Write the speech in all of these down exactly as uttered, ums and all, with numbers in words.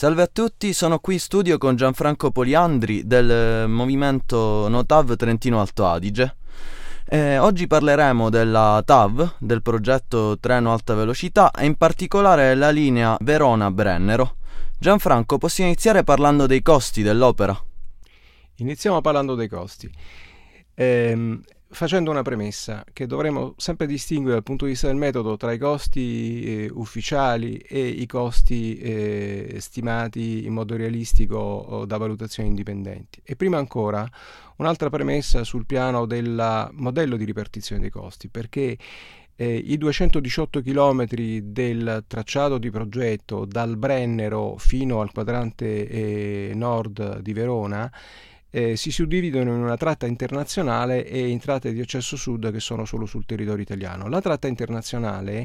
Salve a tutti, sono qui in studio con Gianfranco Poliandri del movimento No T A V Trentino Alto Adige. Eh, oggi parleremo della T A V, del progetto Treno Alta Velocità e in particolare la linea Verona-Brennero. Gianfranco, possiamo iniziare parlando dei costi dell'opera? Iniziamo parlando dei costi, ehm, facendo una premessa che dovremo sempre distinguere dal punto di vista del metodo tra i costi eh, ufficiali e i costi eh, stimati in modo realistico o da valutazioni indipendenti. E prima ancora un'altra premessa sul piano del modello di ripartizione dei costi, perché eh, i duecentodiciotto chilometri del tracciato di progetto dal Brennero fino al quadrante eh, nord di Verona Eh, si suddividono in una tratta internazionale e in tratte di accesso sud che sono solo sul territorio italiano. La tratta internazionale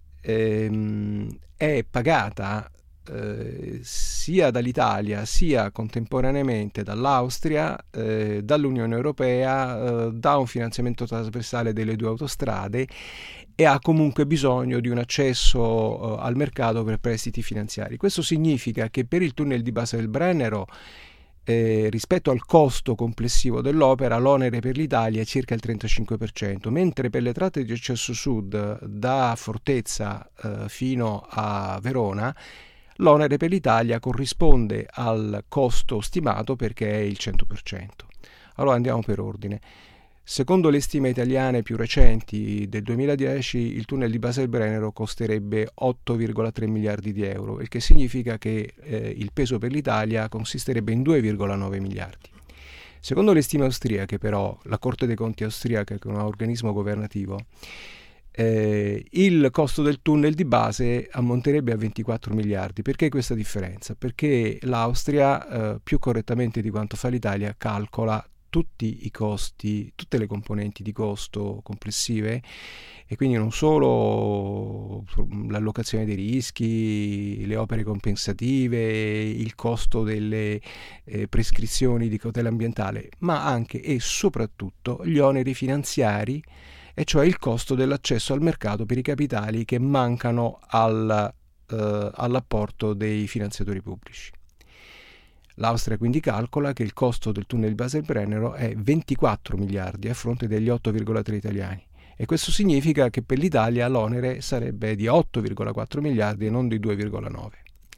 ehm, è pagata eh, sia dall'Italia sia contemporaneamente dall'Austria, eh, dall'Unione Europea, eh, da un finanziamento trasversale delle due autostrade e ha comunque bisogno di un accesso eh, al mercato per prestiti finanziari. Questo significa che per il tunnel di base del Brennero Eh, rispetto al costo complessivo dell'opera, l'onere per l'Italia è circa il trentacinque per cento, mentre per le tratte di accesso sud da Fortezza eh, fino a Verona l'onere per l'Italia corrisponde al costo stimato perché è il cento per cento. Allora andiamo per ordine. Secondo le stime italiane più recenti del duemiladieci, il tunnel di base del Brennero costerebbe otto virgola tre miliardi di euro, il che significa che eh, il peso per l'Italia consisterebbe in due virgola nove miliardi. Secondo le stime austriache, però, la Corte dei Conti austriaca, che è un organismo governativo, eh, il costo del tunnel di base ammonterebbe a ventiquattro miliardi. Perché questa differenza? Perché l'Austria, eh, più correttamente di quanto fa l'Italia, calcola tutti i costi, tutte le componenti di costo complessive e quindi non solo l'allocazione dei rischi, le opere compensative, il costo delle eh, prescrizioni di cautela ambientale, ma anche e soprattutto gli oneri finanziari, e cioè il costo dell'accesso al mercato per i capitali che mancano al, eh, all'apporto dei finanziatori pubblici. L'Austria quindi calcola che il costo del tunnel di base del Brennero è ventiquattro miliardi a fronte degli otto virgola tre italiani, e questo significa che per l'Italia l'onere sarebbe di otto virgola quattro miliardi e non di due virgola nove.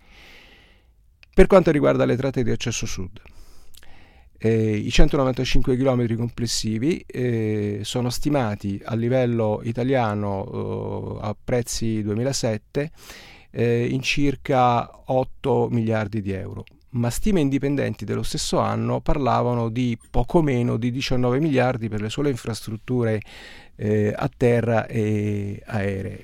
Per quanto riguarda le tratte di accesso sud, eh, i centonovantacinque chilometri complessivi eh, sono stimati a livello italiano eh, a prezzi duemilasette eh, in circa otto miliardi di euro. Ma stime indipendenti dello stesso anno parlavano di poco meno di diciannove miliardi per le sole infrastrutture eh, a terra e aeree.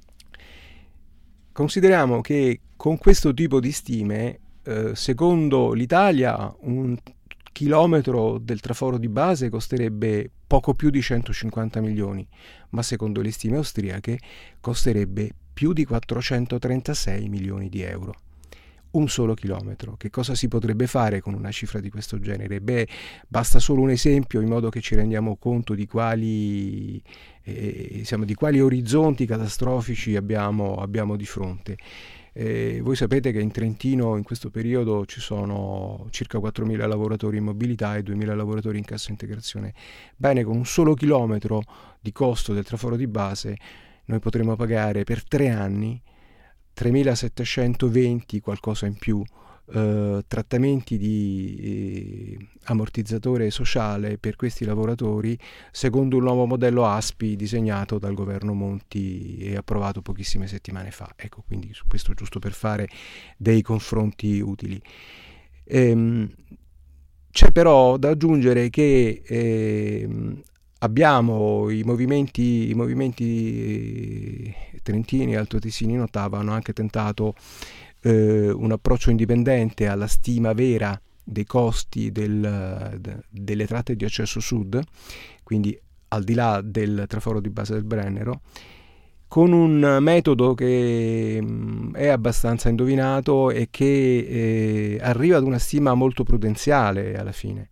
Consideriamo che con questo tipo di stime, eh, secondo l'Italia, un chilometro del traforo di base costerebbe poco più di centocinquanta milioni, ma secondo le stime austriache costerebbe più di quattrocentotrentasei milioni di euro. Un solo chilometro. Che cosa si potrebbe fare con una cifra di questo genere? Beh, basta solo un esempio in modo che ci rendiamo conto di quali, eh, diciamo, di quali orizzonti catastrofici abbiamo, abbiamo di fronte. Eh, voi sapete che in Trentino in questo periodo ci sono circa quattromila lavoratori in mobilità e duemila lavoratori in cassa integrazione. Bene, con un solo chilometro di costo del traforo di base noi potremo pagare per tre anni tremilasettecentoventi, qualcosa in più, eh, trattamenti di eh, ammortizzatore sociale per questi lavoratori secondo un nuovo modello A S P I disegnato dal governo Monti e approvato pochissime settimane fa. Ecco, quindi su questo giusto per fare dei confronti utili. Ehm, c'è però da aggiungere che ehm, abbiamo i movimenti, i movimenti trentini e altoatesini in ottava hanno anche tentato eh, un approccio indipendente alla stima vera dei costi del, de, delle tratte di accesso sud, quindi al di là del traforo di base del Brennero, con un metodo che mh, è abbastanza indovinato e che eh, arriva ad una stima molto prudenziale alla fine.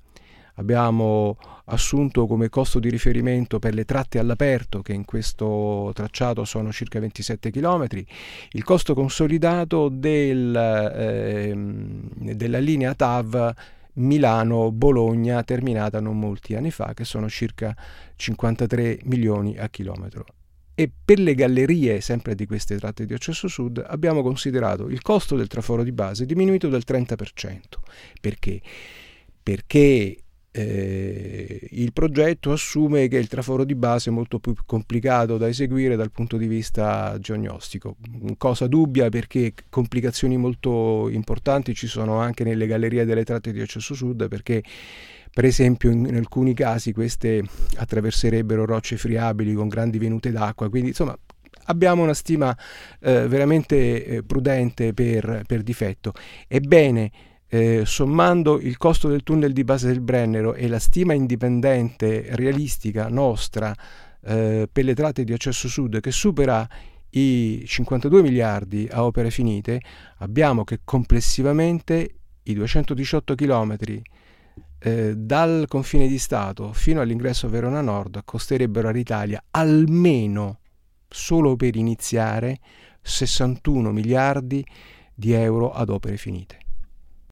abbiamo assunto come costo di riferimento per le tratte all'aperto, che in questo tracciato sono circa ventisette chilometri, il costo consolidato del, eh, della linea T A V Milano-Bologna terminata non molti anni fa, che sono circa cinquantatré milioni a chilometro. E per le gallerie, sempre di queste tratte di accesso sud, abbiamo considerato il costo del traforo di base diminuito del trenta per cento. Perché? Perché eh, il progetto assume che il traforo di base è molto più complicato da eseguire dal punto di vista geognostico, cosa dubbia, perché complicazioni molto importanti ci sono anche nelle gallerie delle tratte di accesso sud, perché per esempio in, in alcuni casi queste attraverserebbero rocce friabili con grandi venute d'acqua, quindi insomma abbiamo una stima eh, veramente eh, prudente per, per difetto. Ebbene, Eh, sommando il costo del tunnel di base del Brennero e la stima indipendente realistica nostra eh, per le tratte di accesso sud, che supera i cinquantadue miliardi a opere finite, abbiamo che complessivamente i duecentodiciotto chilometri eh, dal confine di Stato fino all'ingresso a Verona Nord costerebbero all'Italia almeno, solo per iniziare, sessantuno miliardi di euro ad opere finite.